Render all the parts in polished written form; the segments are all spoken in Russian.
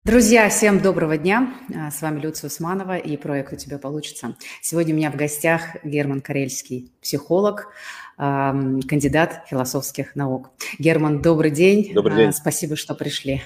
Друзья, всем доброго дня. С вами Люция Усманова и проект «У тебя получится». Сегодня у меня в гостях Герман Карельский, психолог, кандидат философских наук. Герман, добрый день. Добрый день. Спасибо, что пришли.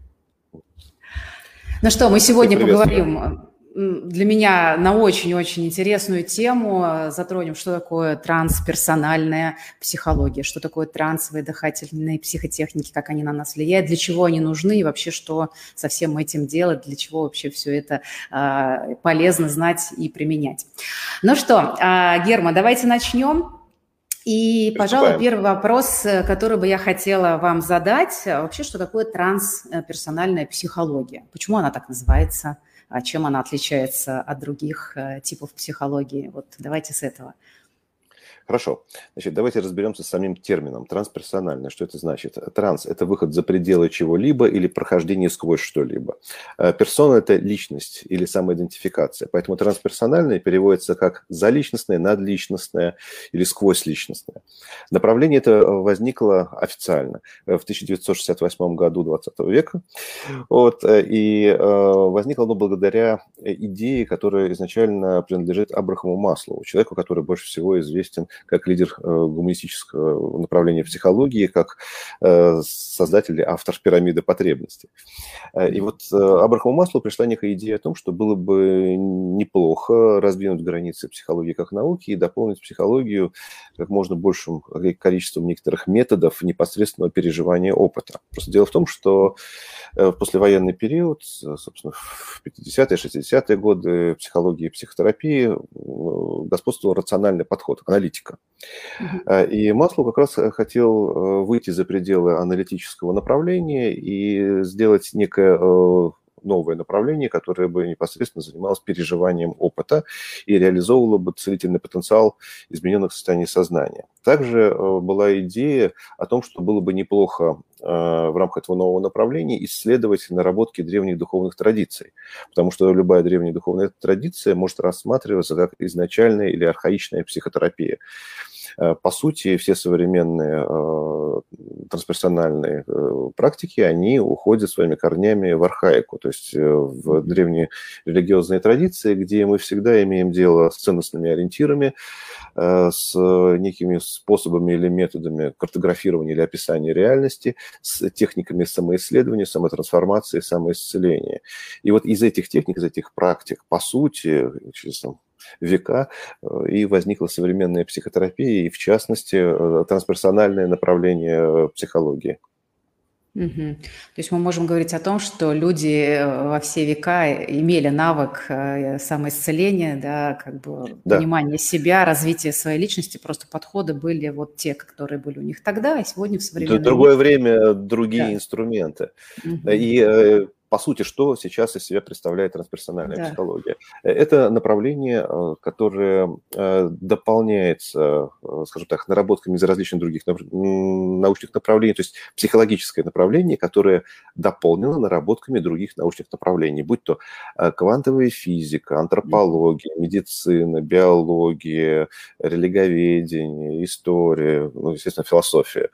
Ну что, мы сегодня поговорим для меня на очень-очень интересную тему. Затронем, что такое трансперсональная психология, что такое трансовые дыхательные психотехники, как они на нас влияют, для чего они нужны и вообще что со всем этим делать, для чего вообще все это полезно знать и применять. Ну что, Герман, давайте начнем. И, пожалуй, первый вопрос, который бы я хотела вам задать, вообще, что такое трансперсональная психология? Почему она так называется? Чем она отличается от других типов психологии? Вот давайте с этого. Хорошо. Значит, давайте разберемся с самим термином трансперсональное. Что это значит? Транс – это выход за пределы чего-либо или прохождение сквозь что-либо. Персона – это личность или самоидентификация. Поэтому трансперсональное переводится как заличностное, надличностное или сквозь-личностное. Направление это возникло официально в 1968 году 20 века. И возникло оно благодаря идее, которая изначально принадлежит Абрахаму Маслоу, человеку, который больше всего известен как лидер гуманистического направления психологии, как создатель и автор пирамиды потребностей. И вот Абрахаму Маслоу пришла некая идея о том, что было бы неплохо раздвинуть границы психологии как науки и дополнить психологию как можно большим количеством некоторых методов непосредственного переживания опыта. Просто дело в том, что в послевоенный период, собственно, в 50-е, 60-е годы психологии и психотерапии господствовал рациональный подход, аналитика. И Маслоу как раз хотел выйти за пределы аналитического направления и сделать некое новое направление, которое бы непосредственно занималось переживанием опыта и реализовывало бы целительный потенциал измененных состояний сознания. Также была идея о том, что было бы неплохо в рамках этого нового направления исследовать наработки древних духовных традиций, потому что любая древняя духовная традиция может рассматриваться как изначальная или архаичная психотерапия. По сути, все современные трансперсональные практики, они уходят своими корнями в архаику, то есть в древние религиозные традиции, где мы всегда имеем дело с ценностными ориентирами, с некими способами или методами картографирования или описания реальности, с техниками самоисследования, самотрансформации, самоисцеления. И вот из этих техник, из этих практик, по сути, через века и возникла современная психотерапия, и в частности трансперсональное направление психологии. Угу. То есть мы можем говорить о том, что люди во все века имели навык самоисцеления, да, как бы понимания себя, развития своей личности, просто подходы были вот те, которые были у них тогда, и сегодня в современном мире. Другое время, другие инструменты. И по сути, что сейчас из себя представляет трансперсональная психология? Это направление, которое дополняется, скажем так, наработками из различных других научных направлений, то есть психологическое направление, которое дополнено наработками других научных направлений, будь то квантовая физика, антропология, медицина, биология, религоведение, история, естественно, философия.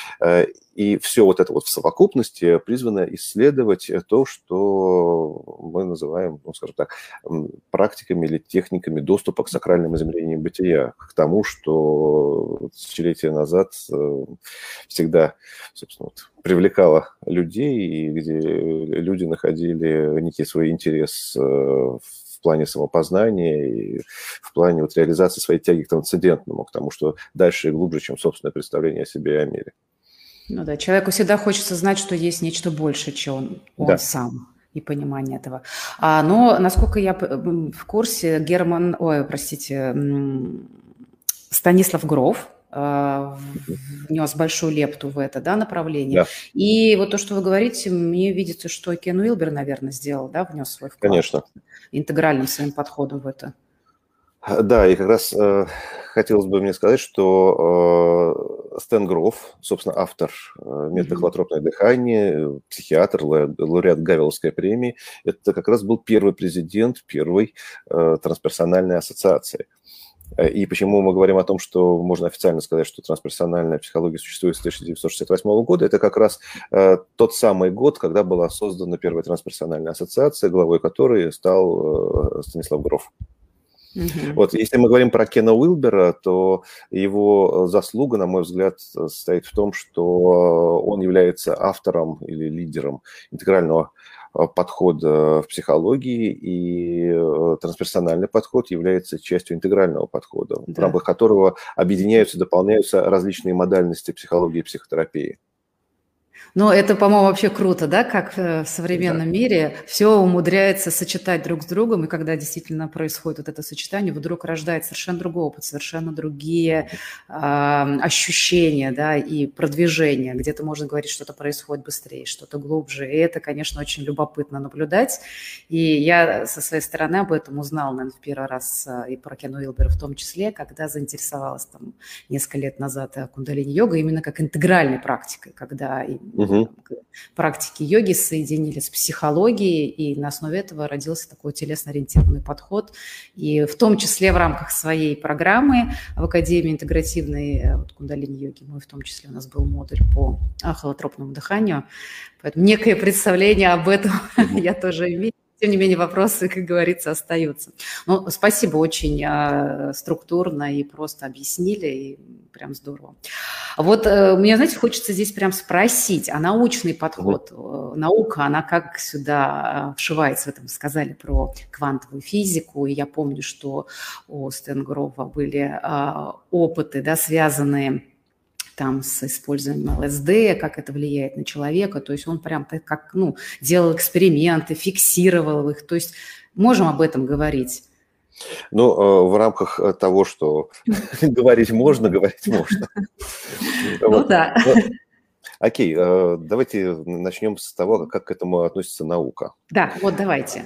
И все вот это вот в совокупности призвано исследовать то, что мы называем, скажем так, практиками или техниками доступа к сакральным измерениям бытия, к тому, что тысячелетия назад всегда, собственно, привлекало людей, и где люди находили некий свой интерес в плане самопознания и в плане вот реализации своей тяги к трансцендентному, к тому, что дальше и глубже, чем собственное представление о себе и о мире. Ну да, человеку всегда хочется знать, что есть нечто большее, чем он сам, и понимание этого. Но, насколько я в курсе, Станислав Гроф внес большую лепту в это направление. Да. И вот то, что вы говорите, мне видится, что Кен Уилбер, наверное, сделал, внес свой вклад. Конечно. Интегральным своим подходом в это. Да, и как раз хотелось бы мне сказать, что Стэн Гроф, собственно, автор метода холотропное дыхание, психиатр, лауреат Гавеловской премии, это как раз был первый президент первой трансперсональной ассоциации. И почему мы говорим о том, что можно официально сказать, что трансперсональная психология существует с 1968 года, это как раз тот самый год, когда была создана первая трансперсональная ассоциация, главой которой стал Станислав Гроф. Вот, если мы говорим про Кена Уилбера, то его заслуга, на мой взгляд, состоит в том, что он является автором или лидером интегрального подхода в психологии, и трансперсональный подход является частью интегрального подхода, в рамках которого объединяются, дополняются различные модальности психологии и психотерапии. Но это, по-моему, вообще круто, да, как в современном мире все умудряется сочетать друг с другом, и когда действительно происходит вот это сочетание, вдруг рождается совершенно другой опыт, совершенно другие ощущения, да, и продвижение. Где-то можно говорить, что-то происходит быстрее, что-то глубже, и это, конечно, очень любопытно наблюдать. И я со своей стороны об этом узнала, наверное, в первый раз и про Кена Уилбера в том числе, когда заинтересовалась там несколько лет назад кундалини-йогой именно как интегральной практикой, когда практики йоги соединили с психологией, и на основе этого родился такой телесно-ориентированный подход. И в том числе в рамках своей программы в Академии интегративной кундалини-йоги мы в том числе, у нас был модуль по холотропному дыханию, поэтому некое представление об этом я тоже имею. Тем не менее, вопросы, как говорится, остаются. Ну, спасибо, очень структурно и просто объяснили, и прям здорово. Вот мне, знаете, хочется здесь прям спросить, а научный подход, наука, она как сюда вшивается? Вы там сказали про квантовую физику, и я помню, что у Стэн Грова были опыты, да, связанные там с использованием ЛСД, как это влияет на человека, то есть он прям как, делал эксперименты, фиксировал их, то есть можем об этом говорить? Ну, в рамках того, что говорить можно, говорить можно. Ну да. Окей, давайте начнем с того, как к этому относится наука. Да, вот давайте.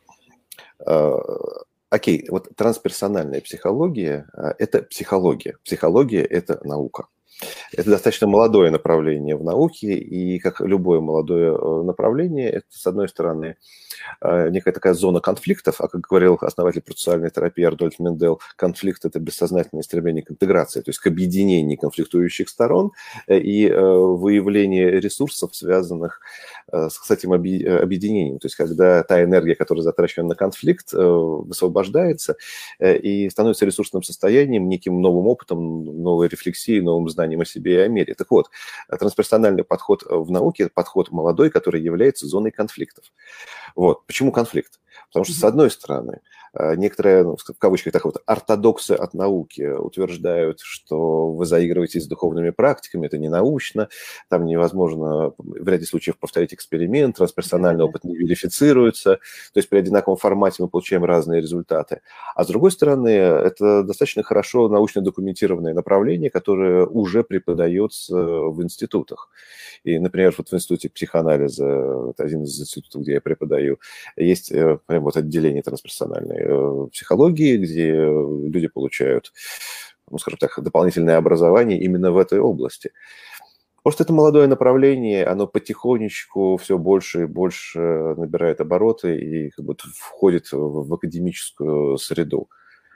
Окей, вот трансперсональная психология – это психология. Психология – это наука. Это достаточно молодое направление в науке, и как любое молодое направление, это, с одной стороны, некая такая зона конфликтов, а как говорил основатель процессуальной терапии Ардольф Мендел, конфликт – это бессознательное стремление к интеграции, то есть к объединению конфликтующих сторон и выявление ресурсов, связанных с этим объединением. То есть когда та энергия, которая затрачена на конфликт, высвобождается и становится ресурсным состоянием, неким новым опытом, новой рефлексией, новым знанием о себе и о мире. Так вот, трансперсональный подход в науке – подход молодой, который является зоной конфликтов. Вот. Почему конфликт? Потому что, с одной стороны, некоторые, в кавычках, так вот, ортодоксы от науки утверждают, что вы заигрываете с духовными практиками, это не научно, там невозможно в ряде случаев повторить эксперимент, трансперсональный опыт не верифицируется, то есть при одинаковом формате мы получаем разные результаты. А с другой стороны, это достаточно хорошо научно документированное направление, которое уже преподается в институтах. И, например, вот в Институте психоанализа, вот один из институтов, где я преподаю, есть прям вот отделение трансперсональной психологии, где люди получают, ну, скажем так, дополнительное образование именно в этой области. Просто это молодое направление, оно потихонечку все больше и больше набирает обороты и как бы входит в академическую среду.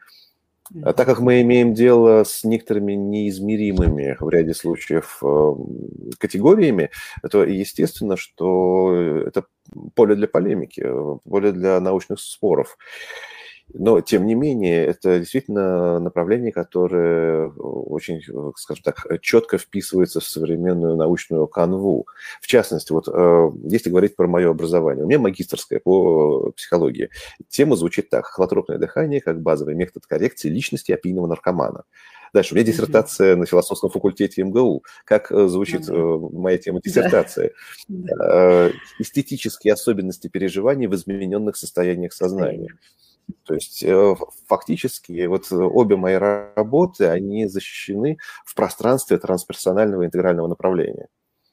А так как мы имеем дело с некоторыми неизмеримыми в ряде случаев категориями, то естественно, что это поле для полемики, поле для научных споров. Но, тем не менее, это действительно направление, которое очень, скажем так, четко вписывается в современную научную канву. В частности, вот если говорить про мое образование, у меня магистерское по психологии. Тема звучит так: холотропное дыхание как базовый метод коррекции личности опийного наркомана. Дальше, у меня диссертация на философском факультете МГУ. Как звучит моя тема диссертации? Эстетические особенности переживаний в измененных состояниях сознания. То есть фактически вот обе мои работы, они защищены в пространстве трансперсонального интегрального направления.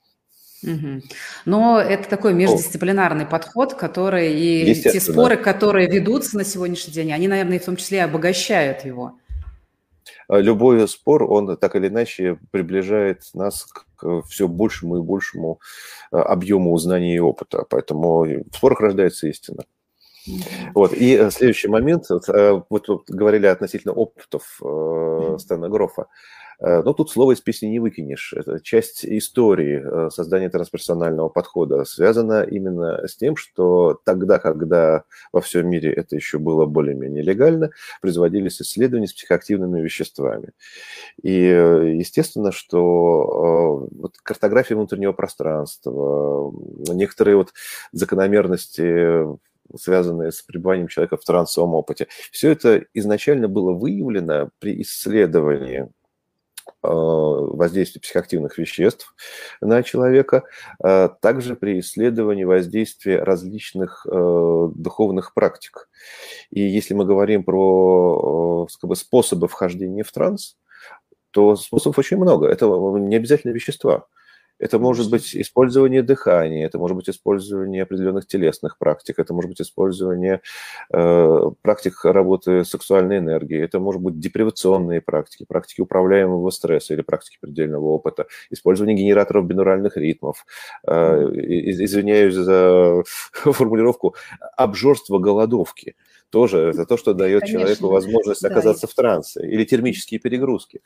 Но это такой междисциплинарный подход, который и те споры, которые ведутся на сегодняшний день, они, наверное, в том числе обогащают его. Любой спор, он так или иначе приближает нас к все большему и большему объему знаний и опыта. Поэтому в спорах рождается истина. Вот, и следующий момент, вот говорили относительно опытов Стэна Грофа. Но тут слово из песни не выкинешь. Это часть истории создания трансперсонального подхода связана именно с тем, что тогда, когда во всем мире это еще было более-менее легально, производились исследования с психоактивными веществами. И естественно, что вот картография внутреннего пространства, некоторые вот закономерности, связанные с пребыванием человека в трансовом опыте, все это изначально было выявлено при исследовании воздействия психоактивных веществ на человека, также при исследовании воздействия различных духовных практик. И если мы говорим про способы вхождения в транс, то способов очень много. Это не обязательно вещества. Это может быть использование дыхания, это может быть использование определенных телесных практик, это может быть использование практик работы сексуальной энергии, это может быть депривационные практики, практики управляемого стресса или практики предельного опыта, использование генераторов бинуральных ритмов. Извиняюсь за формулировку, обжорство голодовки. Тоже это то, что дает человеку возможность оказаться в трансе, или термические перегрузки.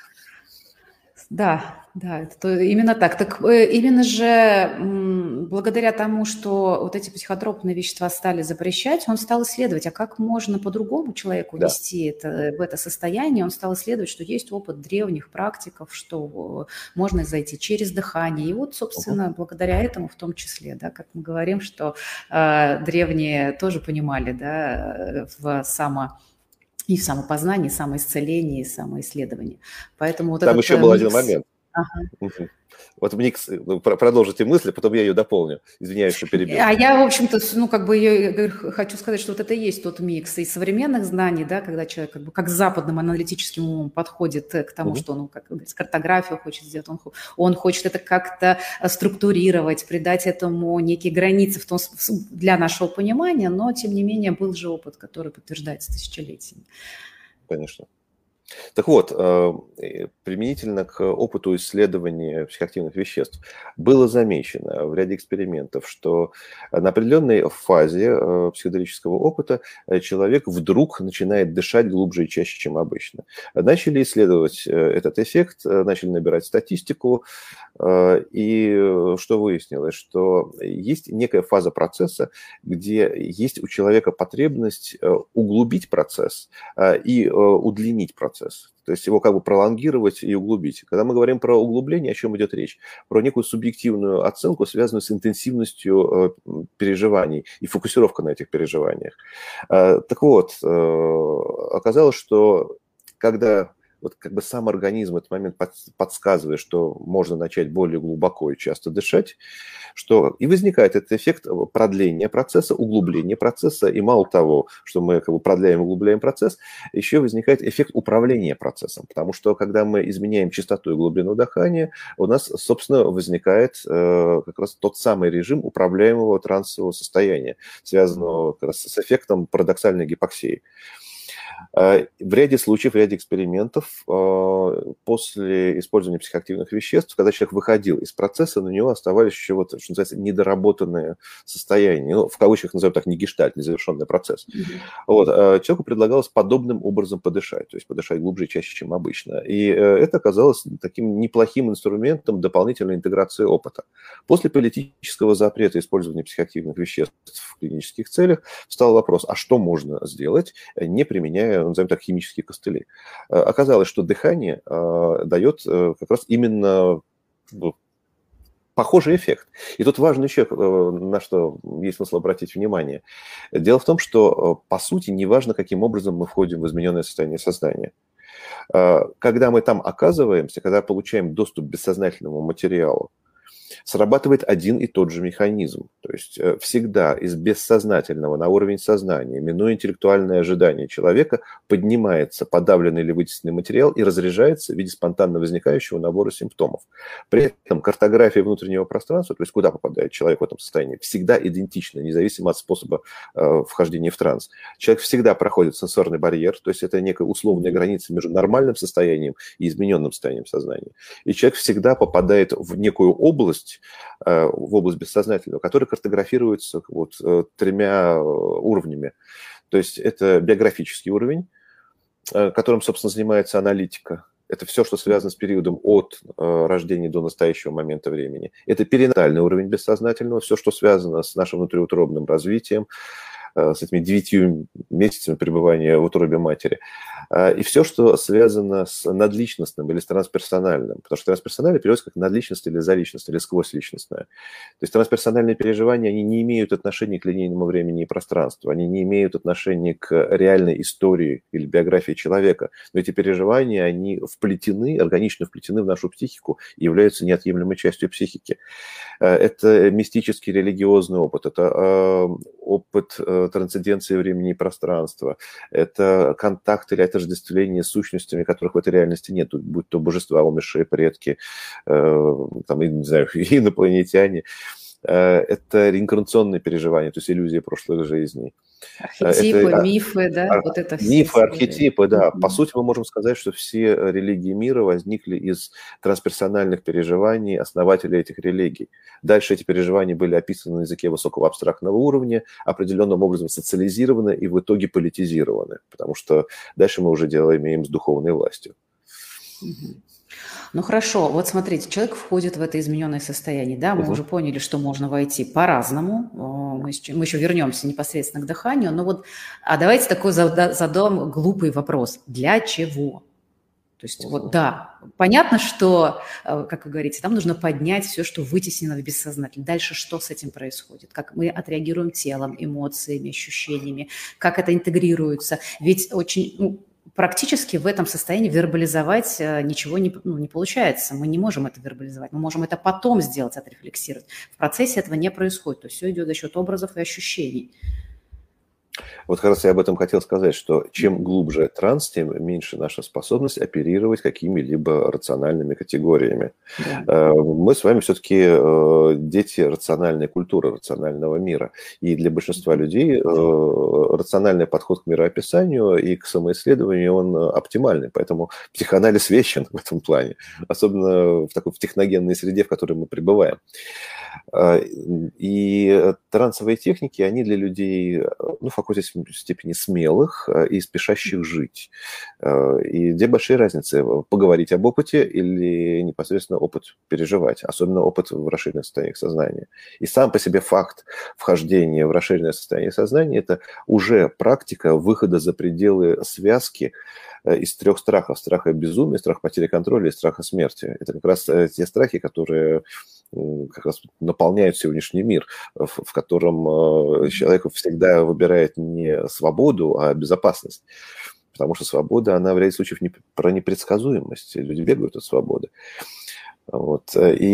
Да, это именно так. Так именно же благодаря тому, что вот эти психотропные вещества стали запрещать, он стал исследовать, а как можно по-другому человеку вести в это состояние. Он стал исследовать, что есть опыт древних практиков, что можно зайти через дыхание. И вот, собственно, благодаря этому в том числе, да, как мы говорим, что древние тоже понимали, да, и в самопознании, самоисцелении, самоисследовании. Поэтому вот там еще был один момент. Ага. Вот микс, продолжите мысль, потом я ее дополню. Извиняюсь, что перебил. А я, в общем-то, хочу сказать, что вот это и есть тот микс из современных знаний, да, когда человек как с западным аналитическим умом подходит к тому, что он, как говорится, картографию хочет сделать, он хочет это как-то структурировать, придать этому некие границы для нашего понимания, но, тем не менее, был же опыт, который подтверждается тысячелетиями. Конечно. Так вот, применительно к опыту исследования психоактивных веществ было замечено в ряде экспериментов, что на определенной фазе психоделического опыта человек вдруг начинает дышать глубже и чаще, чем обычно. Начали исследовать этот эффект, начали набирать статистику, и что выяснилось, что есть некая фаза процесса, где есть у человека потребность углубить процесс и удлинить процесс. То есть его как бы пролонгировать и углубить. Когда мы говорим про углубление, о чем идет речь? Про некую субъективную оценку, связанную с интенсивностью переживаний и фокусировка на этих переживаниях. Так вот, оказалось, что когда вот как бы сам организм в этот момент подсказывает, что можно начать более глубоко и часто дышать, что и возникает этот эффект продления процесса, углубления процесса, и мало того, что мы как бы продляем и углубляем процесс, еще возникает эффект управления процессом, потому что когда мы изменяем частоту и глубину дыхания, у нас, собственно, возникает как раз тот самый режим управляемого трансового состояния, связанного как раз с эффектом парадоксальной гипоксии. В ряде случаев, в ряде экспериментов после использования психоактивных веществ, когда человек выходил из процесса, на него оставались еще вот, что называется, недоработанные состояния. Ну, в кавычках назовем так, не гештальт, незавершенный процесс. Вот. Человеку предлагалось подобным образом подышать, то есть подышать глубже и чаще, чем обычно. И это оказалось таким неплохим инструментом дополнительной интеграции опыта. После политического запрета использования психоактивных веществ в клинических целях встал вопрос, а что можно сделать, не применяя, назовем так, химические костыли. Оказалось, что дыхание дает как раз именно похожий эффект. И тут важно еще, на что есть смысл обратить внимание. Дело в том, что, по сути, неважно, каким образом мы входим в измененное состояние сознания. Когда мы там оказываемся, когда получаем доступ к бессознательному материалу, срабатывает один и тот же механизм. То есть всегда из бессознательного на уровень сознания, минуя интеллектуальное ожидание человека, поднимается подавленный или вытесненный материал и разряжается в виде спонтанно возникающего набора симптомов. При этом картография внутреннего пространства, то есть куда попадает человек в этом состоянии, всегда идентична, независимо от способа вхождения в транс. Человек всегда проходит сенсорный барьер, то есть это некая условная граница между нормальным состоянием и измененным состоянием сознания. И человек всегда попадает в некую область, путь в область бессознательного, который картографируется вот тремя уровнями. То есть это биографический уровень, которым, собственно, занимается аналитика. Это все, что связано с периодом от рождения до настоящего момента времени. Это перинатальный уровень бессознательного, все, что связано с нашим внутриутробным развитием, с этими 9 месяцами пребывания в утробе матери. И все, что связано с надличностным или с трансперсональным. Потому что трансперсональное переводится как надличность или заличность, или сквозь-личностное. То есть трансперсональные переживания, они не имеют отношения к линейному времени и пространству, они не имеют отношения к реальной истории или биографии человека. Но эти переживания, они вплетены, органично вплетены в нашу психику и являются неотъемлемой частью психики. Это мистический религиозный опыт, это опыт трансценденции времени и пространства, это контакт или отождествление с сущностями, которых в этой реальности нет, будь то божества, умершие предки, там, не знаю, инопланетяне. Это реинкарнационные переживания, то есть иллюзии прошлых жизней. Архетипы, мифы, да? Вот это мифы, архетипы, да. По сути, мы можем сказать, что все религии мира возникли из трансперсональных переживаний основателей этих религий. Дальше эти переживания были описаны на языке высокого абстрактного уровня, определенным образом социализированы и в итоге политизированы, потому что дальше мы уже дело имеем с духовной властью. Ну хорошо, вот смотрите, человек входит в это измененное состояние, да, мы уже поняли, что можно войти по-разному, мы еще вернемся непосредственно к дыханию, но вот, давайте такой задам глупый вопрос, для чего? То есть вот да, понятно, что, как вы говорите, там нужно поднять все, что вытеснено в бессознательное. Дальше что с этим происходит? Как мы отреагируем телом, эмоциями, ощущениями, как это интегрируется? Ведь очень... практически в этом состоянии вербализовать ничего не получается. Мы не можем это вербализовать. Мы можем это потом сделать, отрефлексировать. В процессе этого не происходит. То есть все идет за счет образов и ощущений. Вот как раз я об этом хотел сказать, что чем глубже транс, тем меньше наша способность оперировать какими-либо рациональными категориями. Да. Мы с вами все-таки дети рациональной культуры, рационального мира. И для большинства людей рациональный подход к мироописанию и к самоисследованию, он оптимальный. Поэтому психоанализ вечен в этом плане, особенно в такой техногенной среде, в которой мы пребываем. И трансовые техники, они для людей, в какой-то степени смелых и спешащих жить. И где большие разницы? Поговорить об опыте или непосредственно опыт переживать, особенно опыт в расширенных состояниях сознания. И сам по себе факт вхождения в расширенное состояние сознания – это уже практика выхода за пределы связки из 3 страхов. Страха безумия, страха потери контроля и страха смерти. Это как раз те страхи, которые как раз наполняют сегодняшний мир, в котором человек всегда выбирает не свободу, а безопасность. Потому что свобода, она в ряде случаев про непредсказуемость. Люди бегают от свободы. Вот.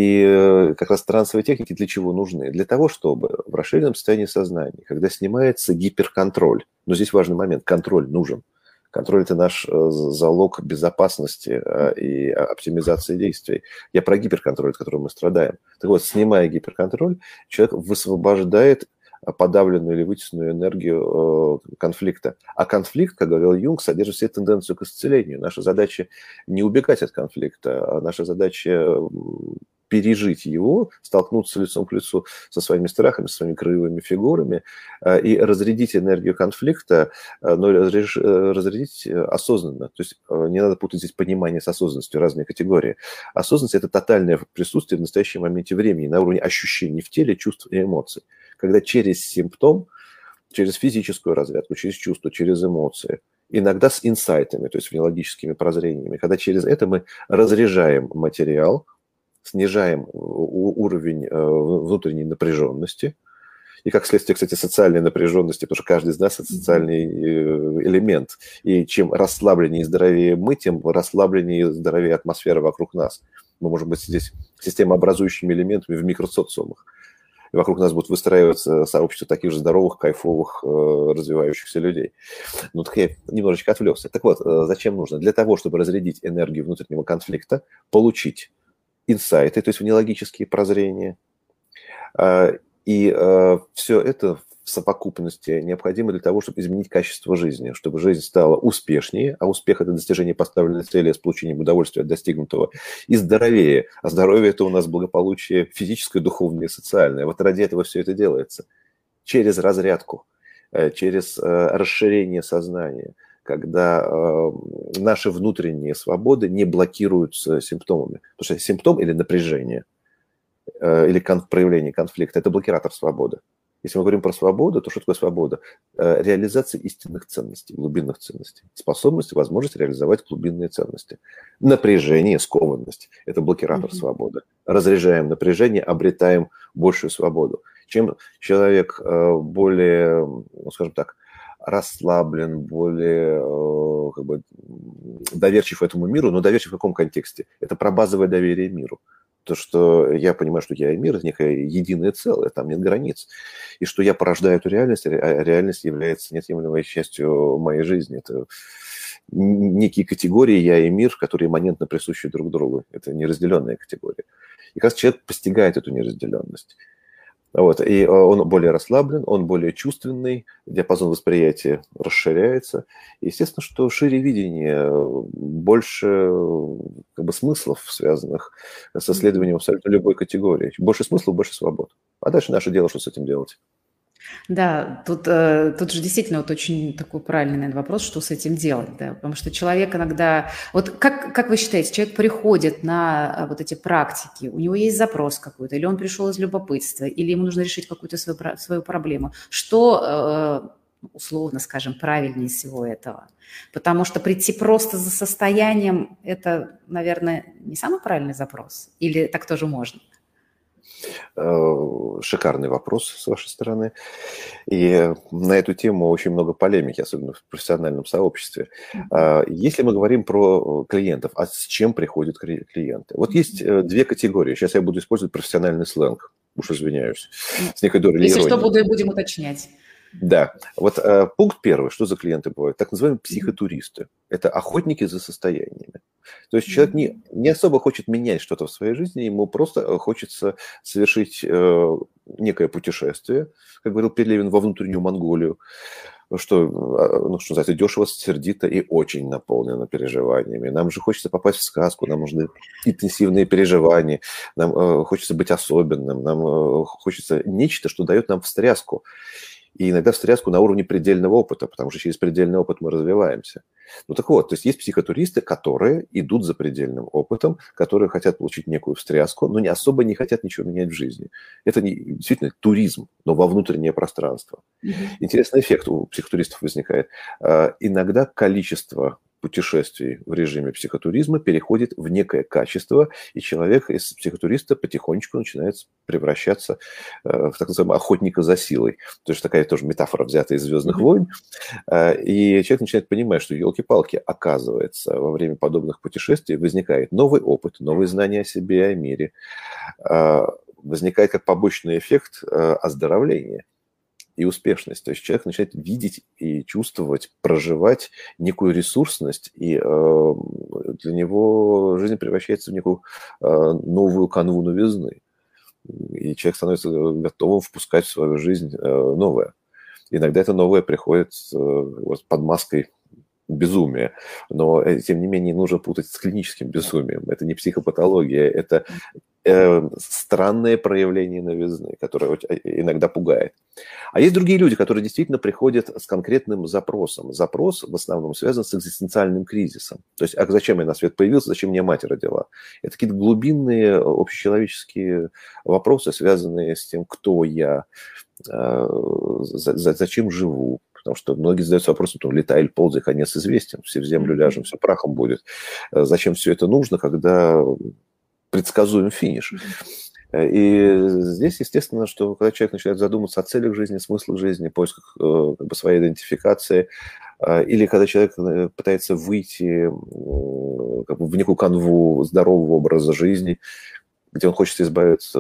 И как раз трансовые техники для чего нужны? Для того, чтобы в расширенном состоянии сознания, когда снимается гиперконтроль, но здесь важный момент, контроль нужен. Контроль – это наш залог безопасности и оптимизации действий. Я про гиперконтроль, от которого мы страдаем. Так вот, снимая гиперконтроль, человек высвобождает подавленную или вытесненную энергию конфликта. А конфликт, как говорил Юнг, содержит в себе тенденцию к исцелению. Наша задача не убегать от конфликта, а наша задача пережить его, столкнуться лицом к лицу со своими страхами, со своими краевыми фигурами и разрядить энергию конфликта, но разрядить осознанно. То есть не надо путать здесь понимание с осознанностью, разные категории. Осознанность – это тотальное присутствие в настоящем моменте времени на уровне ощущений в теле, чувств и эмоций. Когда через симптом, через физическую разрядку, через чувства, через эмоции, иногда с инсайтами, то есть внелогическими прозрениями, когда через это мы разряжаем материал, снижаем уровень внутренней напряженности, и как следствие, кстати, социальной напряженности, потому что каждый из нас – это социальный элемент. И чем расслабленнее и здоровее мы, тем расслабленнее и здоровее атмосфера вокруг нас. Мы можем быть здесь системообразующими элементами в микросоциумах. И вокруг нас будут выстраиваться сообщества таких же здоровых, кайфовых, развивающихся людей. Ну, так я немножечко отвлекся. Так вот, зачем нужно? Для того, чтобы разрядить энергию внутреннего конфликта, получить инсайты, то есть внелогические прозрения. И все это в совокупности необходимы для того, чтобы изменить качество жизни, чтобы жизнь стала успешнее, а успех – это достижение поставленной цели с получением удовольствия от достигнутого, и здоровее. А здоровье – это у нас благополучие физическое, духовное и социальное. Вот ради этого все это делается. Через разрядку, через расширение сознания, когда наши внутренние свободы не блокируются симптомами. Потому что симптом или напряжение, или проявление конфликта – это блокиратор свободы. Если мы говорим про свободу, то что такое свобода? Реализация истинных ценностей, глубинных ценностей. Способность, возможность реализовать глубинные ценности. Напряжение, скованность – это блокиратор свободы. Разряжаем напряжение, обретаем большую свободу. Чем человек более, скажем так, расслаблен, более доверчив этому миру, но доверчив в каком контексте? Это про базовое доверие миру. То, что я понимаю, что я и мир – это некое единое целое, там нет границ. И что я порождаю эту реальность, а реальность является неотъемлемой частью моей жизни. Это некие категории «я» и «мир», которые имманентно присущи друг другу. Это неразделенные категории. И как человек постигает эту неразделенность. Вот. И он более расслаблен, он более чувственный, диапазон восприятия расширяется. И естественно, что шире видение, больше смыслов, связанных с исследованием абсолютно любой категории. Больше смыслов, больше свобод. А дальше наше дело, что с этим делать. Да, тут же действительно вот очень такой правильный, наверное, вопрос, что с этим делать, да, потому что человек иногда, вот как вы считаете, человек приходит на вот эти практики, у него есть запрос какой-то, или он пришел из любопытства, или ему нужно решить какую-то свою проблему, что, условно скажем, правильнее всего этого? Потому что прийти просто за состоянием – это, наверное, не самый правильный запрос, или так тоже можно? Шикарный вопрос с вашей стороны. И на эту тему очень много полемики, особенно в профессиональном сообществе. Если мы говорим про клиентов, а с чем приходят клиенты? Вот есть две категории. Сейчас я буду использовать профессиональный сленг. Уж извиняюсь. С некой долей Если иронии. что, будем уточнять. Да. Вот пункт первый. Что за клиенты бывают? Так называемые психотуристы. Это охотники за состояниями. То есть человек не особо хочет менять что-то в своей жизни, ему просто хочется совершить некое путешествие, как говорил Пелевин, во внутреннюю Монголию, что называется, дешево, сердито и очень наполнено переживаниями. Нам же хочется попасть в сказку, нам нужны интенсивные переживания, нам хочется быть особенным, нам хочется нечто, что дает нам встряску. И иногда встряску на уровне предельного опыта, потому что через предельный опыт мы развиваемся. Ну так вот, то есть есть психотуристы, которые идут за предельным опытом, которые хотят получить некую встряску, но особо не хотят ничего менять в жизни. Это действительно туризм, но во внутреннее пространство. Интересный эффект у психотуристов возникает. Иногда количество путешествий в режиме психотуризма переходит в некое качество, и человек из психотуриста потихонечку начинает превращаться в так называемого охотника за силой. То есть такая тоже метафора, взятая из «Звездных войн». И человек начинает понимать, что, елки-палки, оказывается, во время подобных путешествий возникает новый опыт, новые знания о себе и о мире. Возникает как побочный эффект оздоровления и успешность. То есть человек начинает видеть и чувствовать, проживать некую ресурсность, и для него жизнь превращается в некую новую канву новизны. И человек становится готовым впускать в свою жизнь новое. Иногда это новое приходит под маской безумия, но, тем не менее, нужно путать с клиническим безумием. Это не психопатология, это странное проявление новизны, которое иногда пугает. А есть другие люди, которые действительно приходят с конкретным запросом. Запрос в основном связан с экзистенциальным кризисом. То есть, а зачем я на свет появился, зачем меня мать родила? Это какие-то глубинные общечеловеческие вопросы, связанные с тем, кто я, зачем живу. Потому что многие задаются вопросом, летай или ползай, конец известен, все в землю ляжем, все прахом будет. Зачем все это нужно, когда предсказуем финиш? И здесь, естественно, что когда человек начинает задумываться о целях жизни, смыслах жизни, поисках своей идентификации, или когда человек пытается выйти в некую канву здорового образа жизни, где он хочет избавиться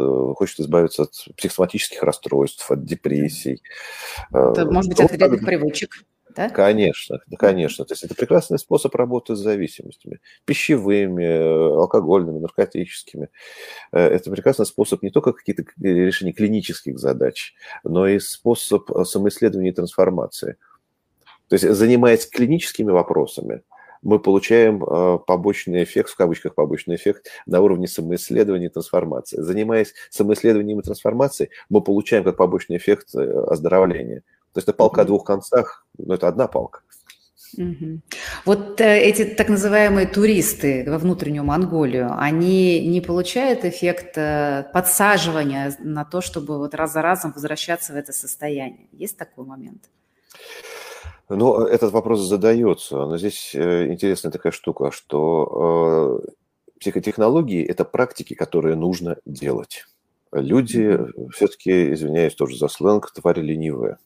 от психосоматических расстройств, от депрессий. Это, может быть, от вредных привычек. да? Конечно, да, конечно. То есть это прекрасный способ работы с зависимостями. Пищевыми, алкогольными, наркотическими. Это прекрасный способ не только каких-то решений клинических задач, но и способ самоисследования и трансформации. То есть, занимаясь клиническими вопросами, мы получаем побочный эффект, в кавычках побочный эффект, на уровне самоисследования и трансформации. Занимаясь самоисследованием и трансформацией, мы получаем как побочный эффект оздоровления. То есть это палка о двух концах, но это одна палка. Вот эти так называемые туристы во внутреннюю Монголию, они не получают эффект подсаживания на то, чтобы вот раз за разом возвращаться в это состояние? Есть такой момент? Ну, этот вопрос задается, но здесь интересная такая штука, что психотехнологии – это практики, которые нужно делать. Люди все-таки, извиняюсь тоже за сленг, твари ленивые.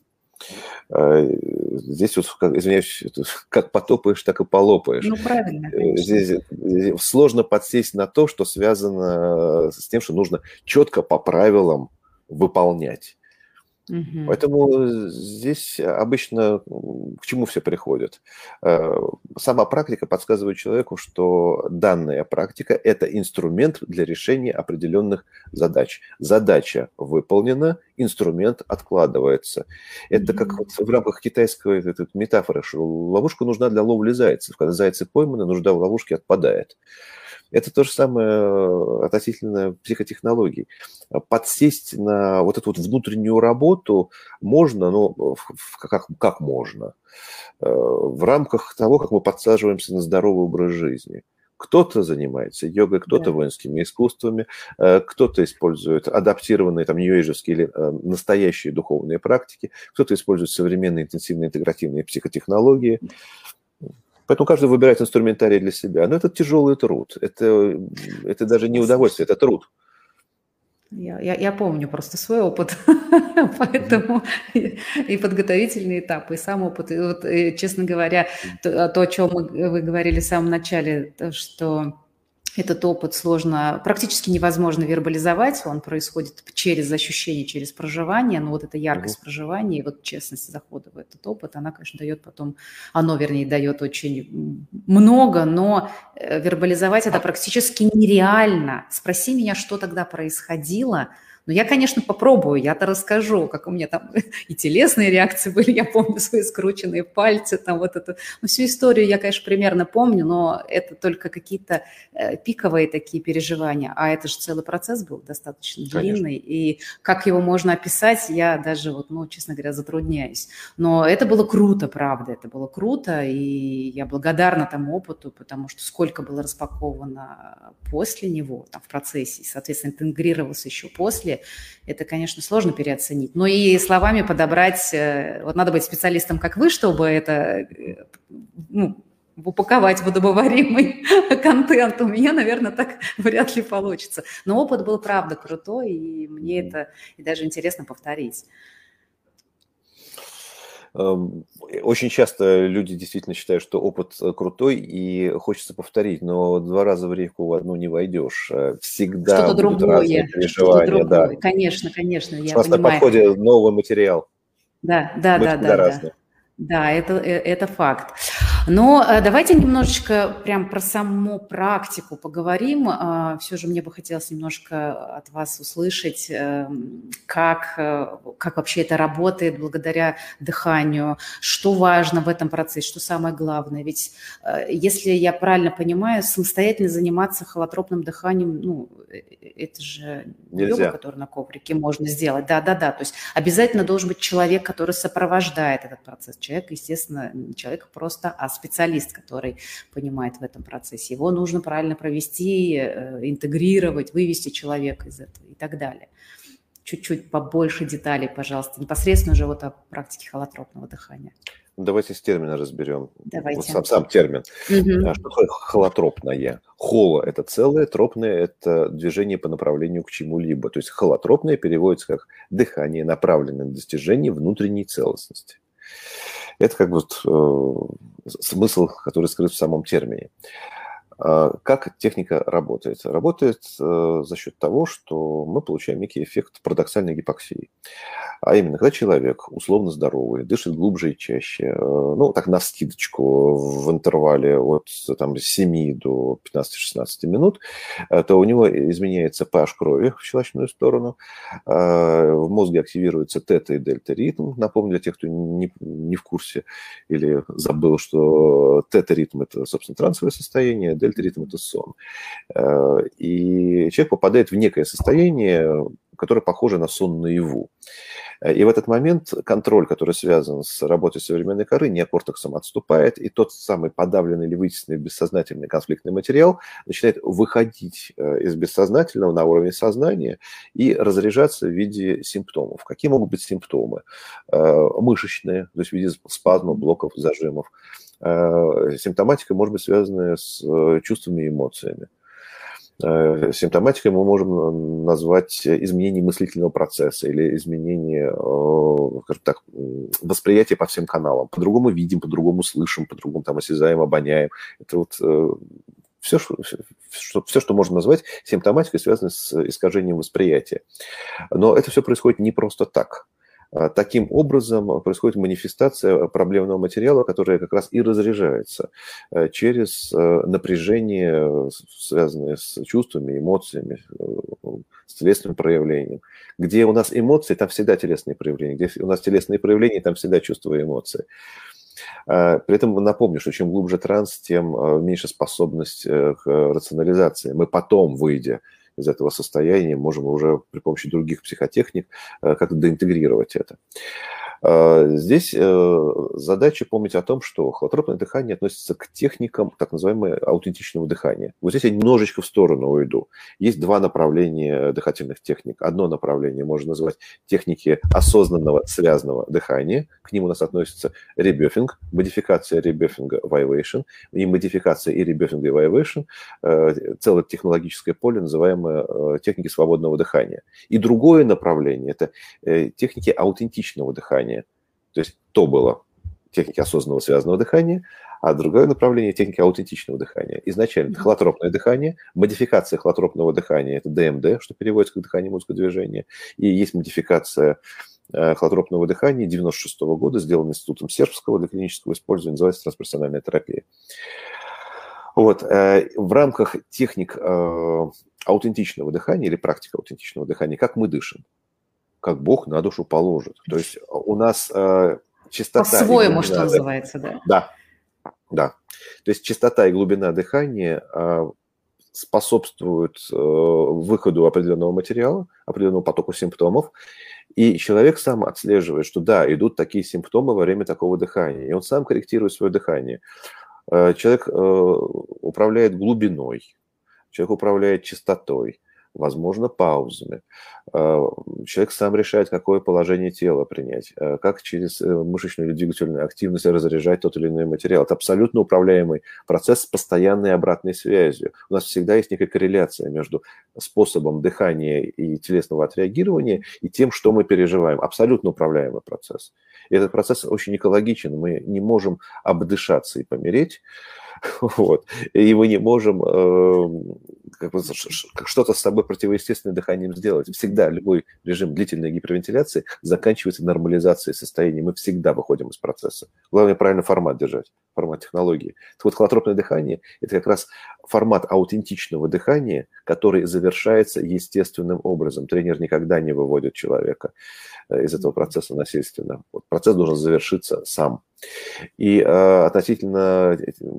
Здесь вот, извиняюсь, как потопаешь, так и полопаешь. Ну, правильно, здесь сложно подсесть на то, что связано с тем, что нужно четко по правилам выполнять. Поэтому здесь обычно к чему все приходит? Сама практика подсказывает человеку, что данная практика – это инструмент для решения определенных задач. Задача выполнена, инструмент откладывается. Это как вот в рамках китайской метафоры, что ловушка нужна для ловли зайцев. Когда зайцы пойманы, нужда в ловушке отпадает. Это то же самое относительно психотехнологий. Подсесть на вот эту вот внутреннюю работу можно, но как можно? В рамках того, как мы подсаживаемся на здоровый образ жизни. Кто-то занимается йогой, кто-то воинскими искусствами, кто-то использует адаптированные там нью-эйджевские или настоящие духовные практики, кто-то использует современные интенсивные интегративные психотехнологии. Поэтому каждый выбирает инструментарий для себя. Но это тяжелый труд. Это даже не удовольствие, это труд. Я помню просто свой опыт, поэтому и подготовительный этап, и сам опыт. И вот, честно говоря, то, о чем вы говорили в самом начале, что этот опыт сложно, практически невозможно вербализовать, он происходит через ощущение, через проживание, но вот эта яркость проживания и вот честность захода в этот опыт, она, конечно, дает потом, вернее, дает очень много, но вербализовать это практически нереально. Спроси меня, что тогда происходило. Но я, конечно, попробую, я-то расскажу, как у меня там и телесные реакции были, я помню свои скрученные пальцы, там вот эту, всю историю я, конечно, примерно помню, но это только какие-то пиковые такие переживания, а это же целый процесс был достаточно длинный, и как его можно описать, я даже, честно говоря, затрудняюсь. Но это было круто, правда, это было круто, и я благодарна тому опыту, потому что сколько было распаковано после него, там, в процессе, и, соответственно, интегрировалось еще после, это, конечно, сложно переоценить. Но и словами подобрать, вот надо быть специалистом, как вы, чтобы это, упаковать в удобоваримый контент. У меня, наверное, так вряд ли получится. Но опыт был, правда, крутой, и мне это и даже интересно повторить. Очень часто люди действительно считают, что опыт крутой и хочется повторить, но 2 раза в реку в одну не войдешь. Всегда что-то будут другое, разные переживания. Да. Конечно, я понимаю. На подходе новый материал. Да. Разные. Да, это факт. Но давайте немножечко прям про саму практику поговорим. Все же мне бы хотелось немножко от вас услышать, как вообще это работает благодаря дыханию, что важно в этом процессе, что самое главное. Ведь, если я правильно понимаю, самостоятельно заниматься холотропным дыханием, это же не йога, которую на коврике можно сделать. Да. То есть обязательно должен быть человек, который сопровождает этот процесс. Человек, естественно, не человек просто, а специалист, который понимает в этом процессе. Его нужно правильно провести, интегрировать, вывести человека из этого и так далее. Чуть-чуть побольше деталей, пожалуйста, непосредственно уже вот о практике холотропного дыхания. Давайте с термина разберем. Давайте. Вот сам термин. Что такое холотропное? Холо – это целое, тропное – это движение по направлению к чему-либо. То есть холотропное переводится как дыхание, направленное на достижение внутренней целостности. Это как бы смысл, который скрыт в самом термине. Как техника работает? Работает за счет того, что мы получаем некий эффект парадоксальной гипоксии. А именно, когда человек условно здоровый, дышит глубже и чаще, ну, так навскидочку в интервале от там, 7 до 15-16 минут, то у него изменяется pH крови в щелочную сторону, в мозге активируется тета и дельта-ритм. Напомню для тех, кто не в курсе или забыл, что тета-ритм – это, собственно, трансовое состояние, дельта-ритм – это сон. И человек попадает в некое состояние, которое похоже на сон наяву. И в этот момент контроль, который связан с работой современной коры, неокортексом отступает, и тот самый подавленный или вытесненный бессознательный конфликтный материал начинает выходить из бессознательного на уровень сознания и разряжаться в виде симптомов. Какие могут быть симптомы? Мышечные, то есть в виде спазмов, блоков, зажимов. Симптоматика может быть связана с чувствами и эмоциями. Симптоматикой мы можем назвать изменение мыслительного процесса или изменение, скажем так, восприятия по всем каналам. По-другому видим, по-другому слышим, по-другому там осязаем, обоняем. Это вот все, что можно назвать симптоматикой, связано с искажением восприятия. Но это все происходит не просто так. Таким образом происходит манифестация проблемного материала, которая как раз и разряжается через напряжение, связанное с чувствами, эмоциями, с телесным проявлением. Где у нас эмоции, там всегда телесные проявления. Где у нас телесные проявления, там всегда чувства и эмоции. При этом напомню, что чем глубже транс, тем меньше способность к рационализации. Мы потом, выйдя из этого состояния, можем уже при помощи других психотехник как-то доинтегрировать это. Здесь задача помнить о том, что холотропное дыхание относится к техникам так называемого аутентичного дыхания. Вот здесь я немножечко в сторону уйду. Есть два направления дыхательных техник. Одно направление можно назвать техники осознанного связанного дыхания. К ним у нас относится ребёфинг, модификация ребёфинга вайвейшн, и модификация и ребёфинга и вайвейшн целое технологическое поле, называемое техники свободного дыхания. И другое направление – это техники аутентичного дыхания. То есть то было техники осознанного связанного дыхания, а другое направление – техники аутентичного дыхания. Изначально это холотропное дыхание, модификация холотропного дыхания – это ДМД, что переводится как дыхание мозгодвижения, и есть модификация холотропного дыхания 1996 года, сделанная Институтом Сербского для клинического использования, называется трансперсональная терапия. Вот. В рамках техник аутентичного дыхания или практики аутентичного дыхания, как мы дышим, как Бог на душу положит. То есть у нас частота... По-своему, что называется, да? Да, да. То есть частота и глубина дыхания способствуют выходу определенного материала, определенному потоку симптомов, и человек сам отслеживает, что да, идут такие симптомы во время такого дыхания, и он сам корректирует свое дыхание. Человек управляет глубиной, человек управляет частотой, возможно, паузами. Человек сам решает, какое положение тела принять, как через мышечную или двигательную активность разряжать тот или иной материал. Это абсолютно управляемый процесс с постоянной обратной связью. У нас всегда есть некая корреляция между способом дыхания и телесного отреагирования и тем, что мы переживаем. Абсолютно управляемый процесс. И этот процесс очень экологичен. Мы не можем обдышаться и помереть. Вот. И мы не можем что-то с собой противоестественным дыханием сделать. Всегда любой режим длительной гипервентиляции заканчивается нормализацией состояния. Мы всегда выходим из процесса. Главное правильно формат держать, формат технологии. Так вот, холотропное дыхание – это как раз формат аутентичного дыхания, который завершается естественным образом. Тренер никогда не выводит человека из этого процесса насильственно. Вот процесс должен завершиться сам. И относительно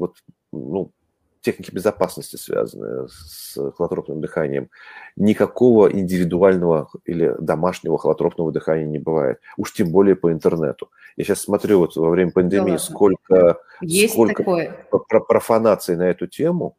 техники безопасности, связанные с холотропным дыханием, никакого индивидуального или домашнего холотропного дыхания не бывает. Уж тем более по интернету. Я сейчас смотрю вот во время пандемии, сколько профанаций на эту тему.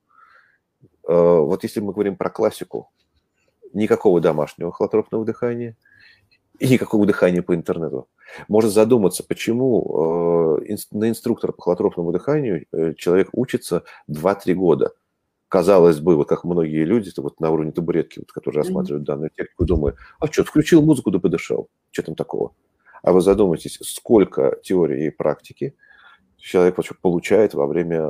Вот если мы говорим про классику, никакого домашнего холотропного дыхания и никакого дыхания по интернету. Можно задуматься, почему на инструктора по холотропному дыханию человек учится 2-3 года. Казалось бы, вот как многие люди, вот на уровне табуретки, вот, которые рассматривают данную технику, думают, а что, включил музыку да подышал, что там такого? А вы задумайтесь, сколько теории и практики, человек получает во время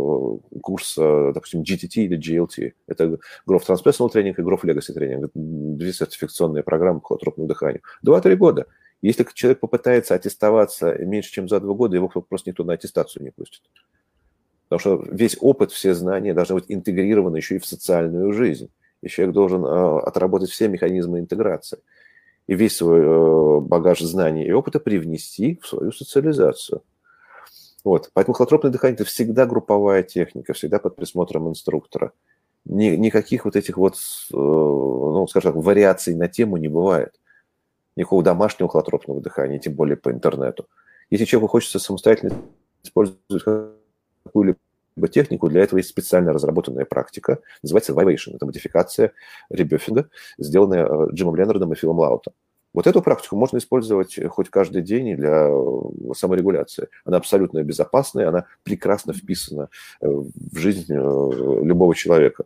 курса, допустим, GTT или GLT. Это Growth Transpersonal Training и Growth Legacy Training. 2 сертификационные программы по холотропному дыханию. 2-3 года. Если человек попытается аттестоваться меньше, чем за 2 года, его просто никто на аттестацию не пустит. Потому что весь опыт, все знания должны быть интегрированы еще и в социальную жизнь. И человек должен отработать все механизмы интеграции. И весь свой багаж знаний и опыта привнести в свою социализацию. Вот. Поэтому холотропное дыхание – это всегда групповая техника, всегда под присмотром инструктора. Никаких вот этих вот, ну, скажем так, вариаций на тему не бывает. Никакого домашнего холотропного дыхания, тем более по интернету. Если человеку хочется самостоятельно использовать какую-либо технику, для этого есть специально разработанная практика, называется Vivation. Это модификация ребёфинга, сделанная Джимом Леннардом и Филом Лаутом. Вот эту практику можно использовать хоть каждый день для саморегуляции. Она абсолютно безопасная, она прекрасно вписана в жизнь любого человека.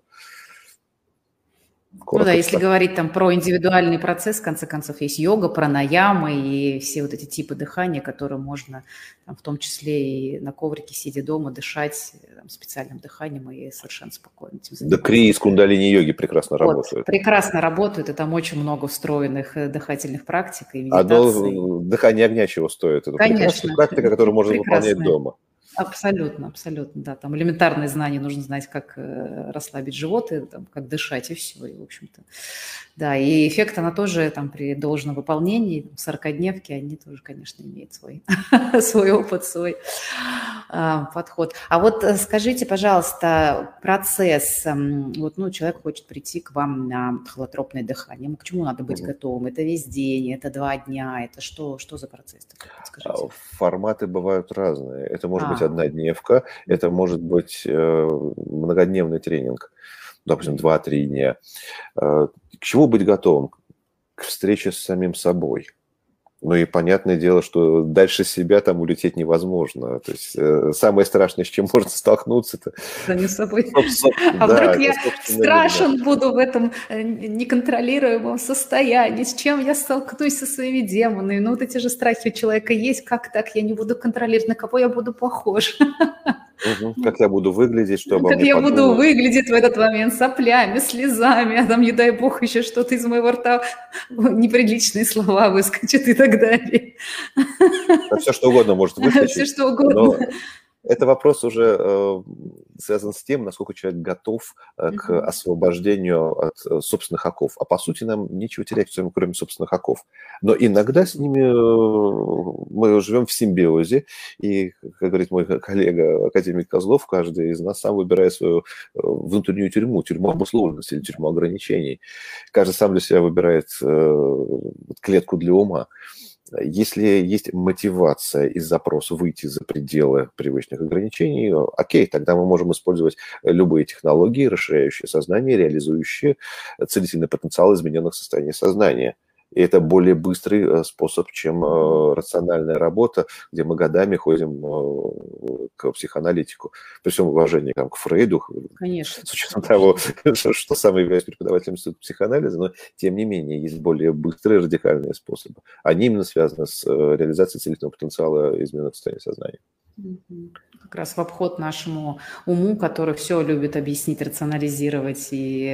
Коротко, ну да, если говорить там про индивидуальный процесс, в конце концов, есть йога, пранаямы и все вот эти типы дыхания, которые можно там, в том числе и на коврике, сидя дома, дышать там, специальным дыханием и совершенно спокойно этим заниматься. Да, крии из кундалини-йоги прекрасно работают. Прекрасно работают, и там очень много встроенных дыхательных практик и медитаций. Одно дыхание огня чего стоит? Это конечно. Практика, которую можно выполнять дома. Абсолютно, абсолютно, да. Там элементарные знания, нужно знать, как расслабить живот, и, там, как дышать, и все, и, в общем-то. Да, и эффект она тоже там при должном выполнении, 40-дневки, они тоже, конечно, имеют свой, свой опыт, свой подход. А вот скажите, пожалуйста, процесс, вот, ну, человек хочет прийти к вам на холотропное дыхание, ему к чему надо быть готовым? Это весь день, это 2 дня, это что за процесс такой? Подскажите. Форматы бывают разные. Это может быть однодневка, это может быть многодневный тренинг, допустим, 2-3 дня. К чему быть готовым? К встрече с самим собой. Ну и понятное дело, что дальше себя там улететь невозможно. То есть самое страшное, с чем можно столкнуться, это... Самим собой. А вдруг я страшен буду в этом неконтролируемом состоянии, с чем я столкнусь со своими демонами. Ну вот эти же страхи у человека есть, как так я не буду контролировать, на кого я буду похож. Как я буду выглядеть, чтобы как я буду выглядеть в этот момент, соплями, слезами, а там, не дай бог, еще что-то из моего рта, неприличные слова выскочат и так далее. Да, все что угодно может выскочить. Все что угодно. Это вопрос уже связан с тем, насколько человек готов к освобождению от собственных оков. А по сути нам нечего терять, кроме собственных оков. Но иногда с ними мы живем в симбиозе. И, как говорит мой коллега, академик Козлов, каждый из нас сам выбирает свою внутреннюю тюрьму обусловленности или тюрьму ограничений. Каждый сам для себя выбирает клетку для ума. Если есть мотивация и запрос выйти за пределы привычных ограничений, окей, тогда мы можем использовать любые технологии, расширяющие сознание, реализующие целительный потенциал измененных состояний сознания. И это более быстрый способ, чем рациональная работа, где мы годами ходим к психоаналитику. При всем уважении к Фрейду, конечно, с учетом того, что сам являюсь преподавателем института психоанализа, но тем не менее есть более быстрые радикальные способы. Они именно связаны с реализацией целительного потенциала измененных состояний сознания. Как раз в обход нашему уму, который все любит объяснить, рационализировать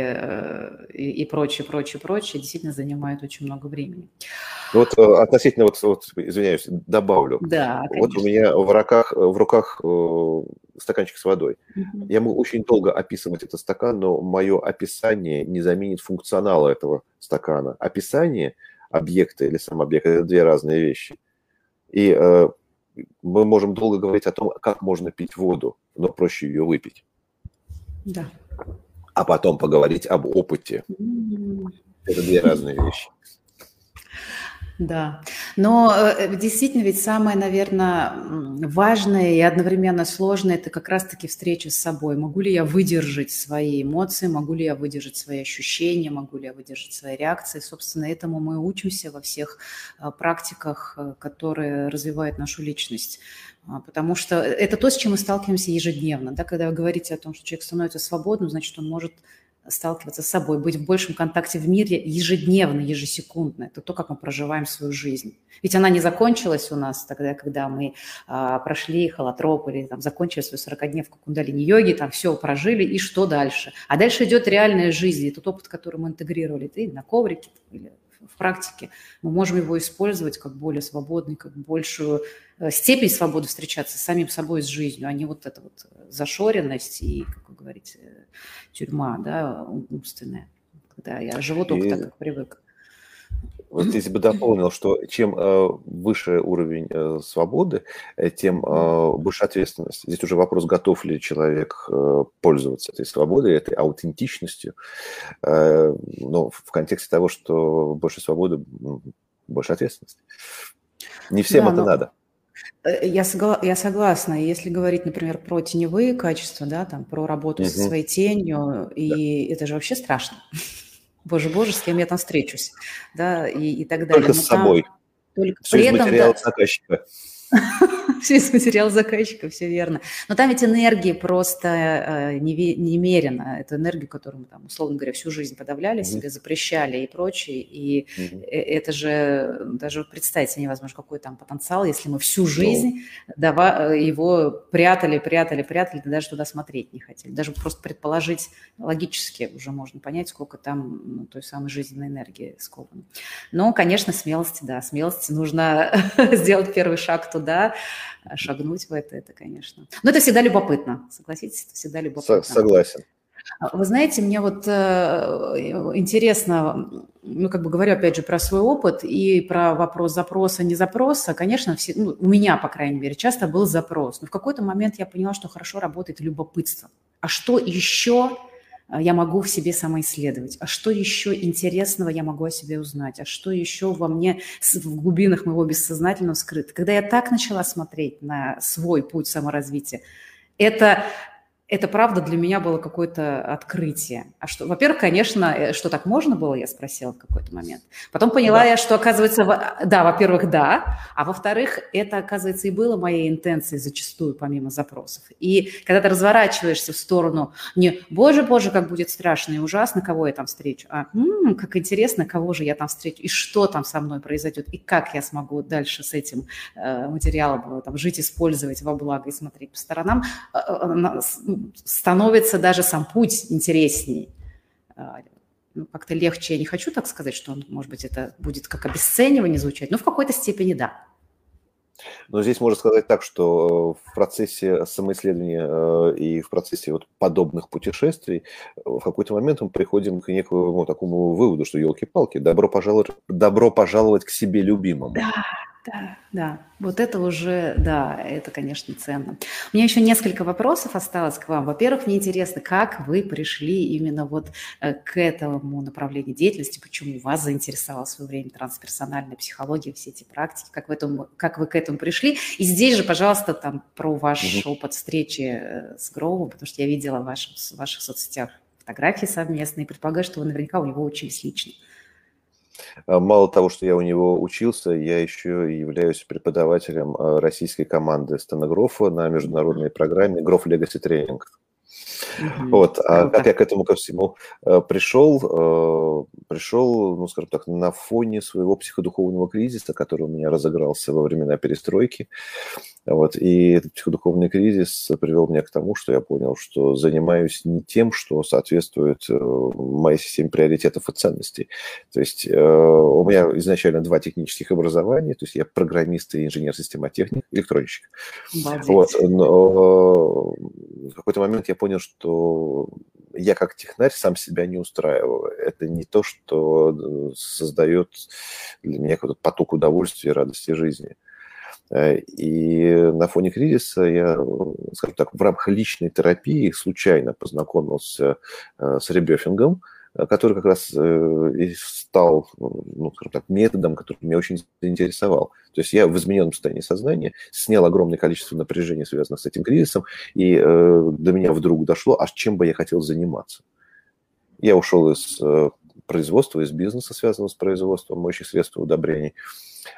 и прочее, действительно занимает очень много времени. Вот относительно, извиняюсь, добавлю. Да, вот у меня в руках стаканчик с водой. Я могу очень долго описывать этот стакан, но мое описание не заменит функционала этого стакана. Описание объекта или сам объект – это 2 разные вещи. И мы можем долго говорить о том, как можно пить воду, но проще ее выпить. Да. А потом поговорить об опыте. Это 2 разные вещи. Да, но действительно ведь самое, наверное, важное и одновременно сложное – это как раз-таки встреча с собой. Могу ли я выдержать свои эмоции, могу ли я выдержать свои ощущения, могу ли я выдержать свои реакции. Собственно, этому мы учимся во всех практиках, которые развивают нашу личность. Потому что это то, с чем мы сталкиваемся ежедневно. Да? Когда вы говорите о том, что человек становится свободным, значит, он может сталкиваться с собой, быть в большем контакте в мире ежедневно, ежесекундно. Это то, как мы проживаем свою жизнь. Ведь она не закончилась у нас тогда, когда мы прошли холотроп или там, закончили свою 40-дневку кундалини-йоги, там все прожили, и что дальше? А дальше идет реальная жизнь, и тот опыт, который мы интегрировали и на коврике или в практике, мы можем его использовать как более свободный, как большую степень свободы встречаться с самим собой, с жизнью, а не вот эта вот зашоренность и, как вы говорите, тюрьма, да, умственная, когда я живу только так, как привык. Вот здесь бы дополнил, что чем выше уровень свободы, тем больше ответственность. Здесь уже вопрос, готов ли человек пользоваться этой свободой, этой аутентичностью. Но в контексте того, что больше свободы, больше ответственности. Не всем это надо. Я согласна. Если говорить, например, про теневые качества, да, там, про работу со своей тенью, и это же вообще страшно. Боже, с кем я там встречусь, да, и так далее. Только с собой. Все из материала заказчика. Все из материала заказчика, все верно. Но там ведь энергии просто немерено. Это энергию, которую мы, там, условно говоря, всю жизнь подавляли себе, запрещали и прочее. И это же даже представить себе невозможно, какой там потенциал, если мы всю жизнь его прятали, даже туда смотреть не хотели. Даже просто предположить логически уже можно понять, сколько там той самой жизненной энергии сковано. Но, конечно, смелости нужно сделать первый шаг туда, шагнуть в это, конечно. Но это всегда любопытно, согласитесь, это всегда любопытно. Согласен. Вы знаете, мне вот интересно, как бы говорю опять же про свой опыт и про вопрос запроса, не запроса. Конечно, у меня, по крайней мере, часто был запрос, но в какой-то момент я поняла, что хорошо работает любопытство. А что еще я могу в себе самоисследовать? А что еще интересного я могу о себе узнать? А что еще во мне в глубинах моего бессознательного скрыто? Когда я так начала смотреть на свой путь саморазвития, это правда для меня было какое-то открытие. А что, во-первых, конечно, что так можно было, я спросила в какой-то момент. Потом поняла я, что, оказывается, во-первых, да, а во-вторых, это, оказывается, и было моей интенцией зачастую, помимо запросов. И когда ты разворачиваешься в сторону не «Боже, как будет страшно и ужасно, кого я там встречу», а «Как интересно, кого же я там встречу, и что там со мной произойдет, и как я смогу дальше с этим материалом там, жить, использовать во благо и смотреть по сторонам», становится даже сам путь интересней. Как-то легче, я не хочу так сказать, что, может быть, это будет как обесценивание звучать, но в какой-то степени да. Но здесь можно сказать так, что в процессе самоисследования и в процессе вот подобных путешествий в какой-то момент мы приходим к некому такому выводу, что елки-палки, добро пожаловать к себе любимому. Да, вот это уже, да, это, конечно, ценно. У меня еще несколько вопросов осталось к вам. Во-первых, мне интересно, как вы пришли именно вот к этому направлению деятельности, почему вас заинтересовала в свое время трансперсональная психология, все эти практики, как вы к этому пришли. И здесь же, пожалуйста, там про ваш опыт встречи с Гроувом, потому что я видела в ваших соцсетях фотографии совместные, и предполагаю, что вы наверняка у него учились лично. Мало того, что я у него учился, я еще и являюсь преподавателем российской команды Стена Грофа на международной программе Гроф Legacy Training. Вот, а как я к этому ко всему пришел, ну, скажем так, на фоне своего психодуховного кризиса, который у меня разыгрался во времена перестройки. Вот, и этот психодуховный кризис привел меня к тому, что я понял, что занимаюсь не тем, что соответствует моей системе приоритетов и ценностей. То есть у меня изначально 2 технических образования, то есть я программист и инженер-системотехник, электронщик. Вот, но в какой-то момент я понял, что я как технарь сам себя не устраиваю. Это не то, что создает для меня какой-то поток удовольствия и радости жизни. И на фоне кризиса я, скажем так, в рамках личной терапии случайно познакомился с ребёфингом, который как раз и стал, ну, скажем так, методом, который меня очень заинтересовал. То есть я в измененном состоянии сознания снял огромное количество напряжения, связанных с этим кризисом, и до меня вдруг дошло, а чем бы я хотел заниматься. Я ушел из производства, из бизнеса, связанного с производством моющих средств и удобрений.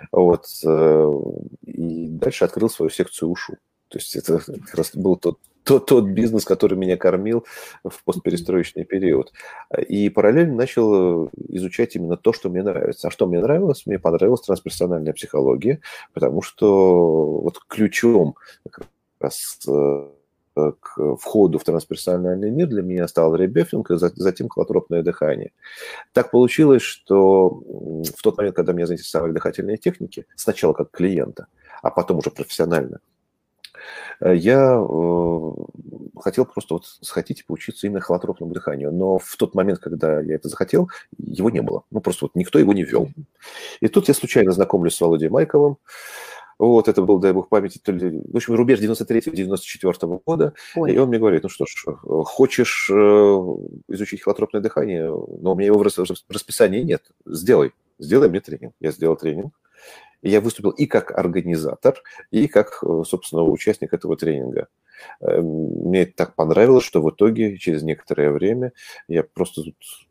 Вот, и дальше открыл свою секцию УШУ. То есть это как раз был тот тот бизнес, который меня кормил в постперестроечный период. И параллельно начал изучать именно то, что мне нравится. А что мне нравилось? Мне понравилась трансперсональная психология, потому что вот ключом как раз к входу в трансперсональный мир для меня стал ребефинг, и затем холотропное дыхание. Так получилось, что в тот момент, когда меня заинтересовали дыхательные техники, сначала как клиента, а потом уже профессионально, я хотел просто вот сходить и поучиться именно холотропному дыханию. Но в тот момент, когда я это захотел, его не было. Ну, просто вот никто его не вел. И тут я случайно знакомлюсь с Володей Майковым. Вот, это был, дай бог памяти, то ли, в общем, рубеж 93-94 года. Ой. И он мне говорит, ну что ж, хочешь изучить холотропное дыхание, но у меня его в расписании нет. Сделай мне тренинг. Я сделал тренинг. И я выступил и как организатор, и как, собственно, участник этого тренинга. Мне это так понравилось, что в итоге, через некоторое время, я просто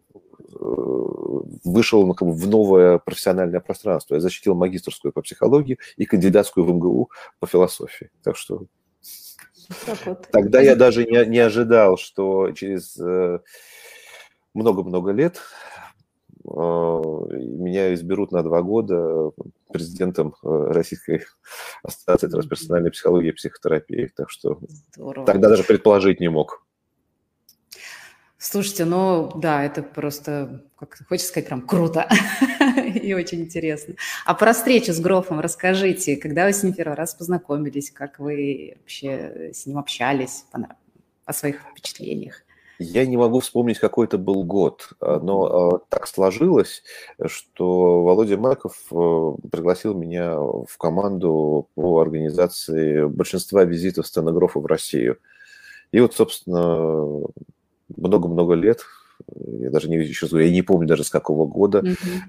вышел в новое профессиональное пространство. Я защитил магистерскую по психологии и кандидатскую в МГУ по философии. Так что тогда я даже не ожидал, что через много-много лет меня изберут на 2 года президентом Российской ассоциации трансперсональной психологии и психотерапии. Так что здорово. Тогда даже предположить не мог. Слушайте, ну да, это просто, как хочется сказать, прям круто и очень интересно. А про встречу с Грофом расскажите, когда вы с ним первый раз познакомились, как вы вообще с ним общались, о своих впечатлениях? Я не могу вспомнить, какой это был год, но так сложилось, что Володя Майков пригласил меня в команду по организации большинства визитов Стэна Грофа в Россию. И вот, собственно, много-много лет, я даже я не помню даже с какого года,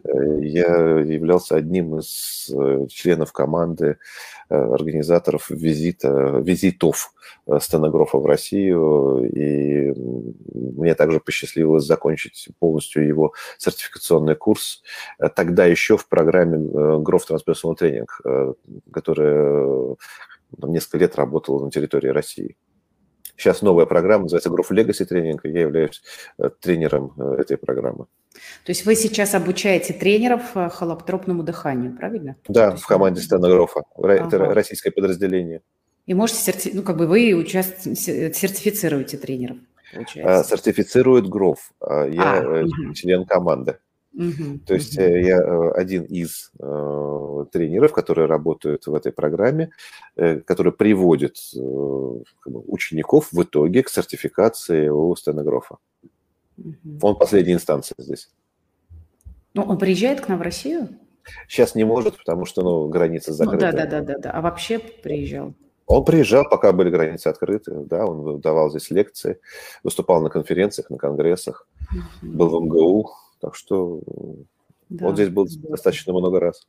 я являлся одним из членов команды организаторов визитов Стэна Грофа в Россию, и мне также посчастливилось закончить полностью его сертификационный курс, тогда еще в программе Гроф Transpersonal Training, которая несколько лет работала на территории России. Сейчас новая программа, называется Growth Legacy Training, и я являюсь тренером этой программы. То есть вы сейчас обучаете тренеров холотропному дыханию, правильно? Да, в команде Стэна Грофа. Это российское подразделение. И можете, вы сертифицируете тренеров, получается? Сертифицирует Гроф. Я член команды. То есть я один из тренеров, которые работают в этой программе, который приводит учеников в итоге к сертификации у Стэна Грофа. Он последняя инстанция здесь. Ну, он приезжает к нам в Россию? Сейчас не может, потому что границы закрыты. Да. А вообще приезжал? Он приезжал, пока были границы открыты. Да, он давал здесь лекции, выступал на конференциях, на конгрессах, был в МГУ. Так что он здесь был достаточно много раз.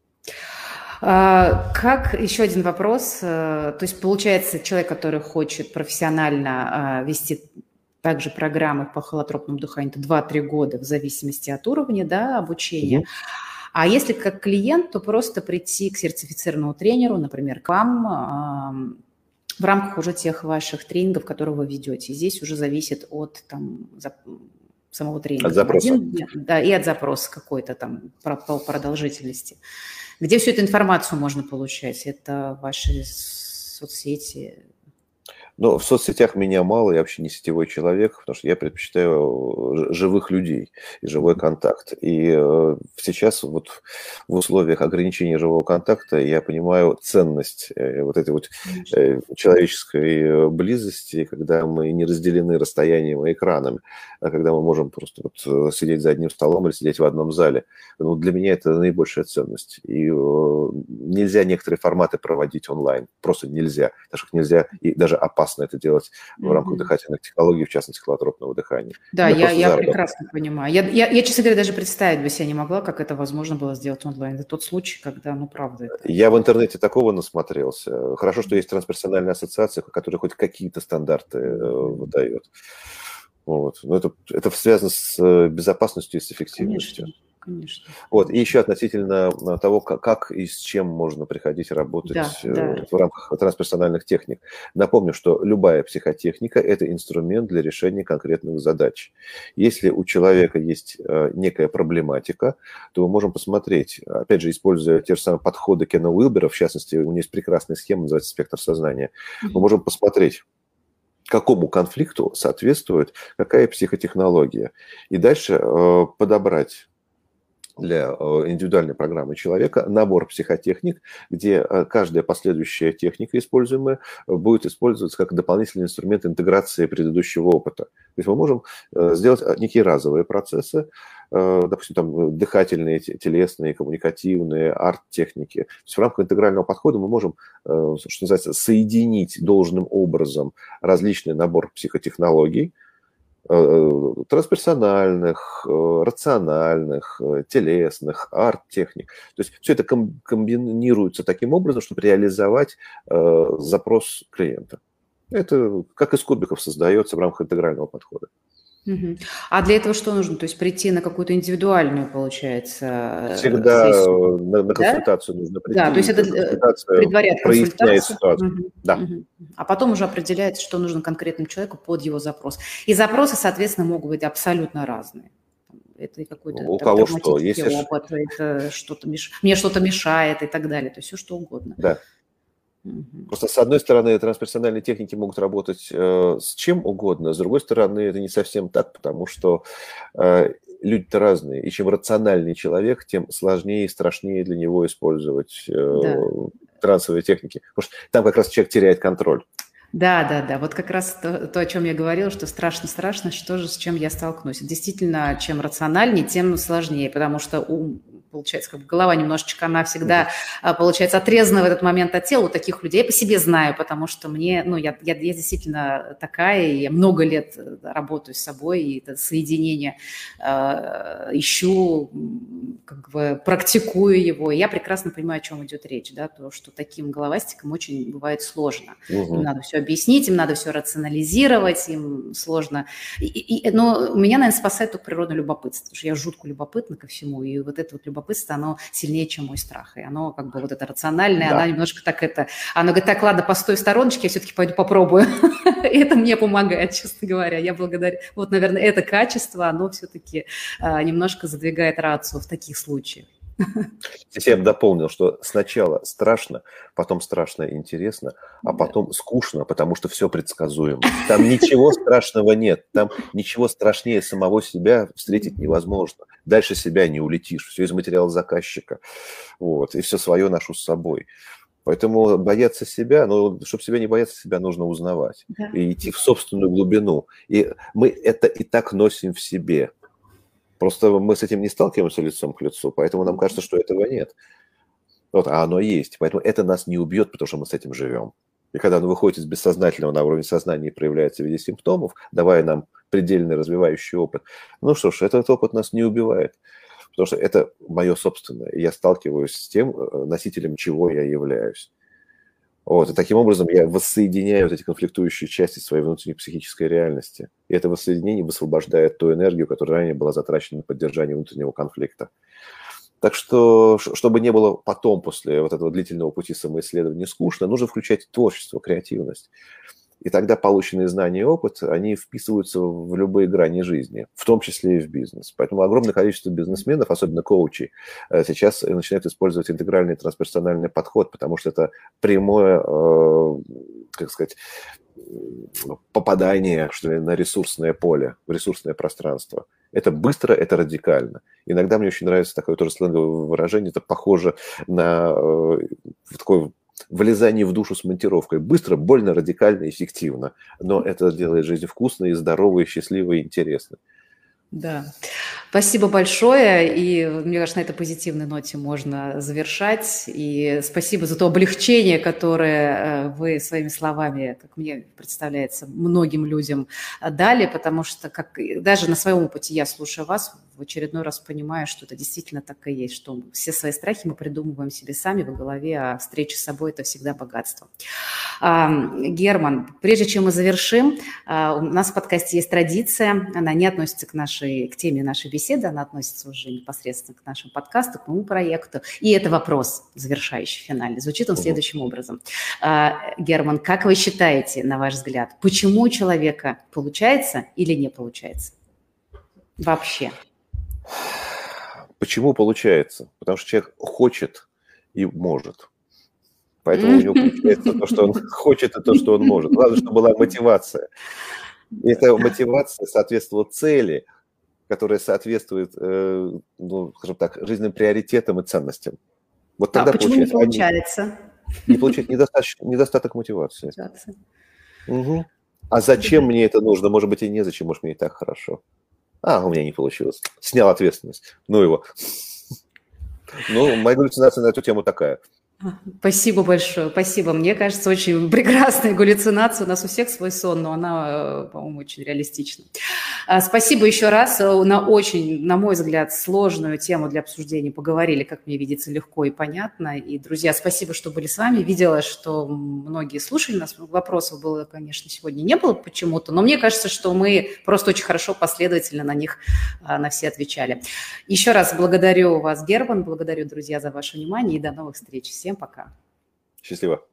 Как, еще один вопрос, то есть получается, человек, который хочет профессионально вести также программы по холотропному дыханию, это 2-3 года в зависимости от уровня, да, обучения. А если как клиент, то просто прийти к сертифицированному тренеру, например, к вам, в рамках уже тех ваших тренингов, которые вы ведете. Здесь уже зависит от самого тренинга. От запроса. Да, и от запроса какой-то там по продолжительности. Где всю эту информацию можно получать? Это ваши соцсети? Но в соцсетях меня мало, я вообще не сетевой человек, потому что я предпочитаю живых людей и живой контакт. И сейчас вот в условиях ограничения живого контакта я понимаю ценность вот этой вот человеческой близости, когда мы не разделены расстоянием и экранами, а когда мы можем просто вот сидеть за одним столом или сидеть в одном зале. Ну, для меня это наибольшая ценность. И нельзя некоторые форматы проводить онлайн. Просто нельзя. Даже нельзя и даже опасно это делать в рамках дыхательных технологий, в частности, холотропного дыхания. Да, я прекрасно понимаю. Я, честно говоря, даже представить бы себе не могла, как это возможно было сделать онлайн. Это тот случай, когда, правда. Я в интернете такого насмотрелся. Хорошо, что есть трансперсональная ассоциация, которая хоть какие-то стандарты выдает. Вот. Но это связано с безопасностью и с эффективностью. Конечно. Вот, и еще относительно того, как и с чем можно приходить работать в рамках трансперсональных техник. Напомню, что любая психотехника – это инструмент для решения конкретных задач. Если у человека есть некая проблематика, то мы можем посмотреть, опять же, используя те же самые подходы Кена Уилбера, в частности, у него есть прекрасная схема, называется «Спектр сознания», мы можем посмотреть, какому конфликту соответствует какая психотехнология. И дальше подобрать для индивидуальной программы человека набор психотехник, где каждая последующая техника, используемая, будет использоваться как дополнительный инструмент интеграции предыдущего опыта. То есть мы можем сделать некие разовые процессы, допустим, там дыхательные, телесные, коммуникативные, арт-техники. То есть в рамках интегрального подхода мы можем, что называется, соединить должным образом различный набор психотехнологий, трансперсональных, рациональных, телесных, арт-техник. То есть все это комбинируется таким образом, чтобы реализовать запрос клиента. Это как из кубиков создается в рамках интегрального подхода. А для этого что нужно? То есть прийти на какую-то индивидуальную, получается, всегда сессию? на консультацию нужно прийти. Да, то есть это предваряет консультацию. Да. А потом уже определяется, что нужно конкретному человеку под его запрос. И запросы, соответственно, могут быть абсолютно разные. Это и какой-то травматический опыт, это мне что-то мешает и так далее. То есть все что угодно. Да. Просто, с одной стороны, трансперсональные техники могут работать с чем угодно, с другой стороны, это не совсем так, потому что люди-то разные, и чем рациональнее человек, тем сложнее и страшнее для него использовать трансовые техники, потому что там как раз человек теряет контроль. Да. Вот как раз то, о чем я говорила, что страшно, что же, с чем я столкнусь. Действительно, чем рациональнее, тем сложнее, потому что ум, получается, как бы голова немножечко, она всегда, получается, отрезана в этот момент от тела. У таких людей я по себе знаю, потому что мне, я действительно такая, и я много лет работаю с собой, и это соединение ищу, как бы практикую его, и я прекрасно понимаю, о чем идет речь, да, то, что таким головастикам очень бывает сложно. Им надо все объяснить, им надо все рационализировать, им сложно. Но меня, наверное, спасает только природное любопытство, потому что я жутко любопытна ко всему, и вот это вот любопытство, оно сильнее, чем мой страх. И оно как бы вот это рациональное, оно немножко так оно говорит, так, ладно, постой в стороночке, я все-таки пойду попробую. И это мне помогает, честно говоря. Я благодарю. Вот, наверное, это качество, оно все-таки немножко задвигает рацию в таких случаях. Здесь я бы дополнил, что сначала страшно, потом страшно и интересно, а потом скучно, потому что все предсказуемо. Там ничего страшного нет, там ничего страшнее самого себя встретить невозможно. Дальше себя не улетишь, все из материала заказчика, и все свое ношу с собой. Поэтому бояться себя, чтобы себя не бояться себя, нужно узнавать и идти в собственную глубину. И мы это и так носим в себе. Просто мы с этим не сталкиваемся лицом к лицу, поэтому нам кажется, что этого нет. А оно есть. Поэтому это нас не убьет, потому что мы с этим живем. И когда оно выходит из бессознательного на уровень сознания и проявляется в виде симптомов, давая нам предельный развивающий опыт, что ж, этот опыт нас не убивает. Потому что это мое собственное. И я сталкиваюсь с тем, носителем чего я являюсь. И таким образом я воссоединяю эти конфликтующие части своей внутренней психической реальности. И это воссоединение высвобождает ту энергию, которая ранее была затрачена на поддержание внутреннего конфликта. Так что, чтобы не было потом, после вот этого длительного пути самоисследования скучно, нужно включать творчество, креативность. И тогда полученные знания и опыт, они вписываются в любые грани жизни, в том числе и в бизнес. Поэтому огромное количество бизнесменов, особенно коучей, сейчас начинают использовать интегральный трансперсональный подход, потому что это прямое, попадание, что ли, на ресурсное поле, в ресурсное пространство. Это быстро, это радикально. Иногда мне очень нравится такое тоже сленговое выражение, это похоже на такое влезание в душу с монтировкой. Быстро, больно, радикально, эффективно. Но это делает жизнь вкусной, здоровой, счастливой и интересной. Да. Спасибо большое. И мне кажется, на этой позитивной ноте можно завершать. И спасибо за то облегчение, которое вы своими словами, как мне представляется, многим людям дали, потому что даже на своем опыте я, слушая вас, в очередной раз понимаю, что это действительно так и есть, что все свои страхи мы придумываем себе сами в голове, а встреча с собой – это всегда богатство. Герман, прежде чем мы завершим, у нас в подкасте есть традиция, она не относится к нашей к теме нашей беседы, она относится уже непосредственно к нашему подкасту, к моему проекту. И это вопрос, завершающий, финальный. Звучит он следующим образом. Герман, как вы считаете, на ваш взгляд, почему у человека получается или не получается? Вообще. Почему получается? Потому что человек хочет и может. Поэтому у него получается то, что он хочет, и то, что он может. Главное, чтобы была мотивация. И эта мотивация соответствовала цели, которая соответствует, ну, скажем так, жизненным приоритетам и ценностям. Вот тогда почему не получается? Не получает недостаток мотивации. Угу. А зачем мне это нужно? Может быть, и незачем, может, мне и так хорошо. У меня не получилось. Снял ответственность. Ну его. Ну, моя галлюцинация на эту тему такая. Спасибо большое, спасибо. Мне кажется, очень прекрасная галлюцинация. У нас у всех свой сон, но она, по-моему, очень реалистична. Спасибо еще раз. На очень, на мой взгляд, сложную тему для обсуждения поговорили, как мне видится, легко и понятно. И, друзья, спасибо, что были с вами. Видела, что многие слушали нас. Вопросов было, конечно, сегодня не было почему-то, но мне кажется, что мы просто очень хорошо, последовательно на них, на все отвечали. Еще раз благодарю вас, Герман, благодарю, друзья, за ваше внимание и до новых встреч. Всем пока. Счастливо.